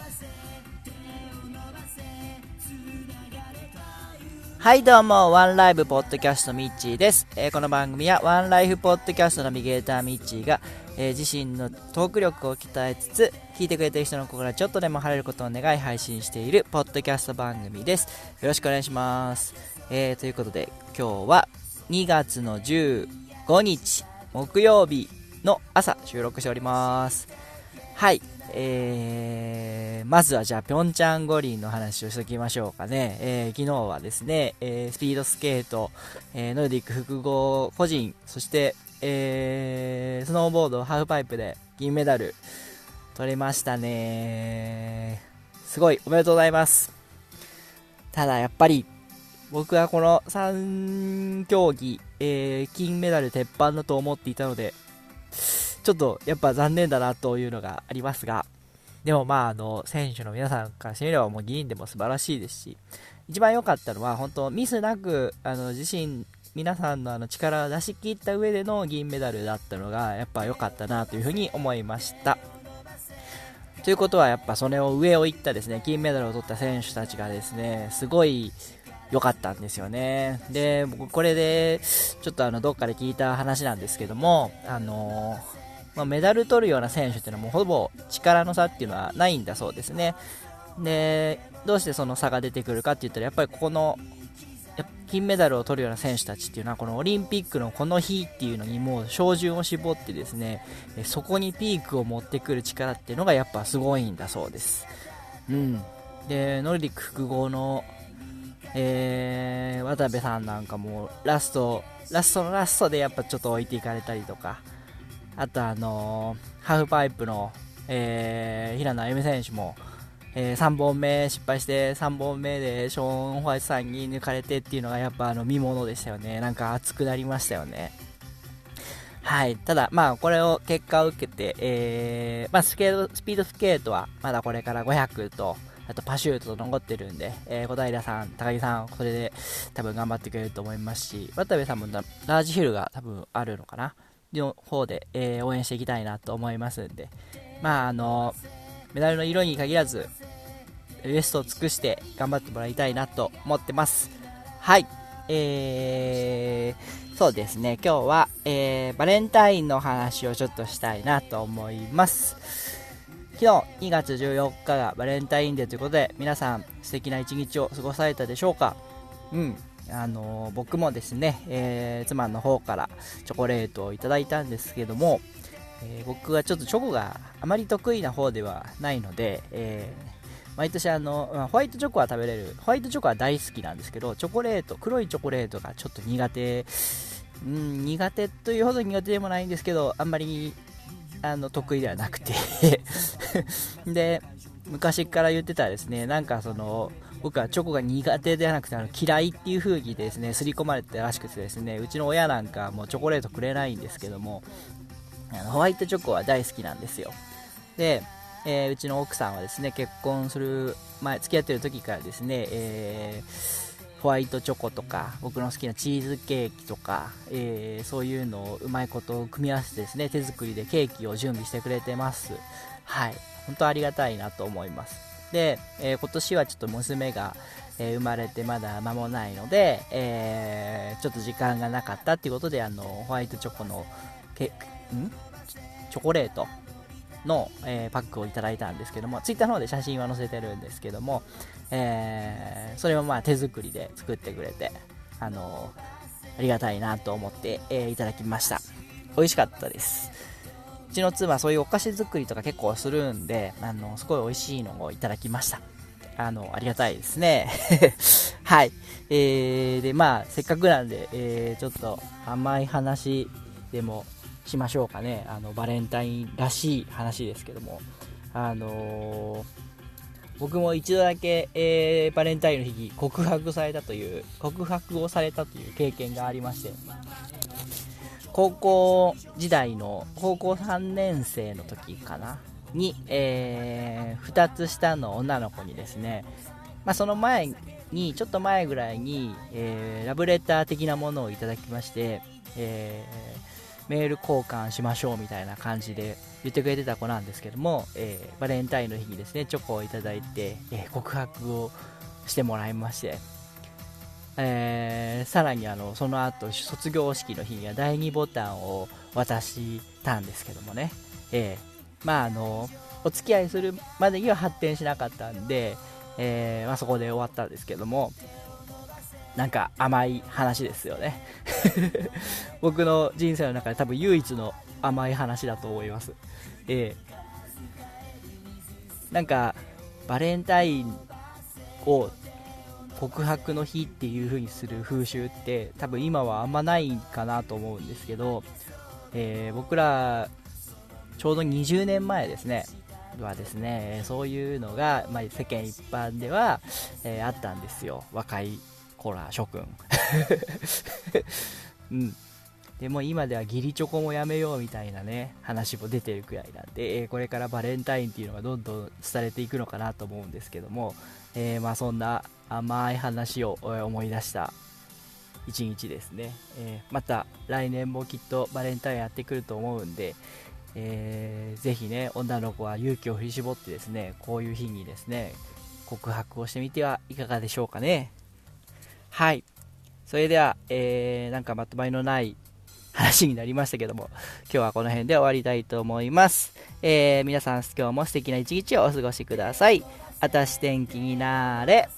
はいどうも、ワンライブポッドキャストミッチーです。この番組はワンライフポッドキャストナビゲーターミッチーが、自身のトーク力を鍛えつつ、聞いてくれている人の心がちょっとでも晴れることを願い配信しているポッドキャスト番組です。よろしくお願いします。ということで、今日は2月の15日木曜日の朝収録しております。はい、まずはじゃあピョンチャン五輪の話をしておきましょうかね。昨日はですね、スピードスケート、ノルディック複合個人、そして、スノーボードハーフパイプで銀メダル取れましたね。すごいおめでとうございます。ただやっぱり僕はこの3競技、金メダル鉄板だと思っていたので、ちょっとやっぱ残念だなというのがありますが、でも選手の皆さんからしてみればもう銀でも素晴らしいですし、一番良かったのは本当ミスなく自身皆さんの力を出し切った上での銀メダルだったのがやっぱ良かったなというふうに思いました。ということはやっぱそれを上を行ったですね、金メダルを取った選手たちがですね、すごい良かったんですよね。で、僕これでちょっとどっかで聞いた話なんですけども、メダル取るような選手っていうのはもうほぼ力の差っていうのはないんだそうですね。で、どうしてその差が出てくるかって言ったら、やっぱりこの金メダルを取るような選手たちっていうのはこのオリンピックのこの日っていうのにもう照準を絞ってですね、そこにピークを持ってくる力っていうのがやっぱすごいんだそうです。で、ノルディック複合の、渡部さんなんかもラストのラストでやっぱちょっと置いていかれたりとか、あとハーフパイプの、平野歩夢選手も、3本目失敗して3本目でショーン・ホワイトさんに抜かれてっていうのがやっぱ見ものでしたよね。なんか熱くなりましたよね。はい。ただこれを結果を受けて、スピードスケートはまだこれから500とあとパシュートと残ってるんで、小平さん、高木さん、これで多分頑張ってくれると思いますし、渡部さんもラージヒルが多分あるのかなの方で、応援していきたいなと思いますんで、メダルの色に限らずベストを尽くして頑張ってもらいたいなと思ってます。はい、そうですね、今日は、バレンタインの話をちょっとしたいなと思います。昨日2月14日がバレンタインデーということで、皆さん素敵な一日を過ごされたでしょうか。僕もですね、妻の方からチョコレートをいただいたんですけども、僕はちょっとチョコがあまり得意な方ではないので、毎年ホワイトチョコは食べれる、ホワイトチョコは大好きなんですけど、黒いチョコレートがちょっと苦手というほど苦手でもないんですけど、あんまり得意ではなくてで、昔から言ってたらですね、なんか僕はチョコが苦手ではなくて嫌いっていう風にですね刷り込まれてたらしくてですね、うちの親なんかもうチョコレートくれないんですけども、ホワイトチョコは大好きなんですよ。で、うちの奥さんはですね、結婚する前、付き合ってる時からですね、ホワイトチョコとか僕の好きなチーズケーキとか、そういうのをうまいことを組み合わせてですね、手作りでケーキを準備してくれてます。はい、本当ありがたいなと思います。で、今年はちょっと娘が、生まれてまだ間もないので、ちょっと時間がなかったっていうことでホワイトチョコのチョコレートの、パックをいただいたんですけども、ツイッターの方で写真は載せてるんですけども、それも手作りで作ってくれて、ありがたいなと思って、いただきました。美味しかったです。うちの妻そういうお菓子作りとか結構するんで、すごい美味しいのをいただきました。ありがたいですねはい、でせっかくなんで、ちょっと甘い話でもしましょうかね。バレンタインらしい話ですけども、僕も一度だけ、バレンタインの日に告白をされたという経験がありまして、高校時代の高校3年生の時かなに、2つ下の女の子にですね、その前にちょっと前ぐらいに、ラブレター的なものをいただきまして、 メール交換しましょうみたいな感じで言ってくれてた子なんですけども、バレンタインの日にですねチョコをいただいて、告白をしてもらいまして、さらにその後卒業式の日には第2ボタンを渡したんですけどもね、お付き合いするまでには発展しなかったんで、そこで終わったんですけども、なんか甘い話ですよね僕の人生の中で多分唯一の甘い話だと思います。なんかバレンタインを告白の日っていう風にする風習って多分今はあんまないかなと思うんですけど、僕らちょうど20年前ですねはですね、そういうのが、世間一般では、あったんですよ、若い子ら諸君でも今では義理チョコもやめようみたいなね話も出てるくらいなんで、これからバレンタインっていうのがどんどん伝れていくのかなと思うんですけども、そんな甘い話を思い出した一日ですね。また来年もきっとバレンタインやってくると思うんで、ぜひね女の子は勇気を振り絞ってですね、こういう日にですね告白をしてみてはいかがでしょうかね。はい、それでは、なんかまとまりのない話になりましたけども、今日はこの辺で終わりたいと思います。皆さん今日も素敵な一日をお過ごしください。あたし天気になーれ。